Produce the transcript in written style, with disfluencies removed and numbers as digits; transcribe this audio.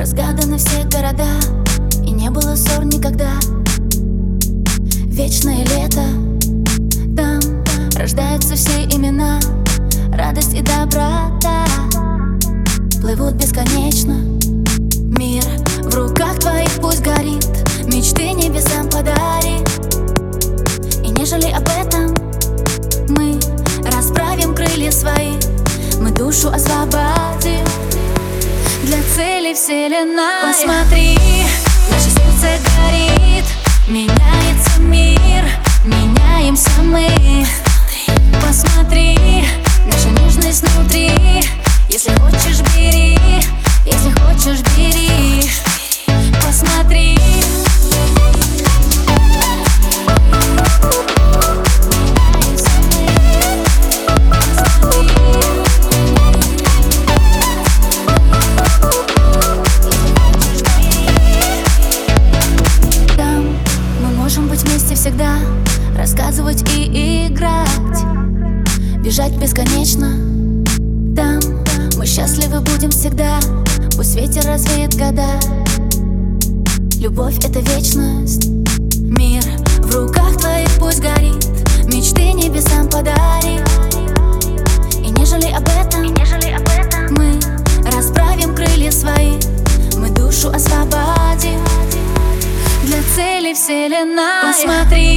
разгаданы все города, и не было ссор никогда. Вечное лето, там рождаются все имена. Радость и доброта плывут бесконечно. Мир в руках твоих пусть горит, мечты небесам подари. И нежели об этом мы расправим крылья свои, мы душу освободим для цели вселенной. Посмотри, наше сердце горит, меняется мир, меняемся мы. Посмотри, наша нежность внутри. Если хочешь, бери, если хочешь, бери. Посмотри. Там мы можем быть вместе всегда, рассказывать и играть, бежать бесконечно. Там мы счастливы будем всегда, пусть ветер развеет года. Любовь — это вечность. Мир в руках твоих пусть горит, мечты небесам подари. И нежели об этом мы расправим крылья свои, мы душу освободим для цели вселенной. Посмотри,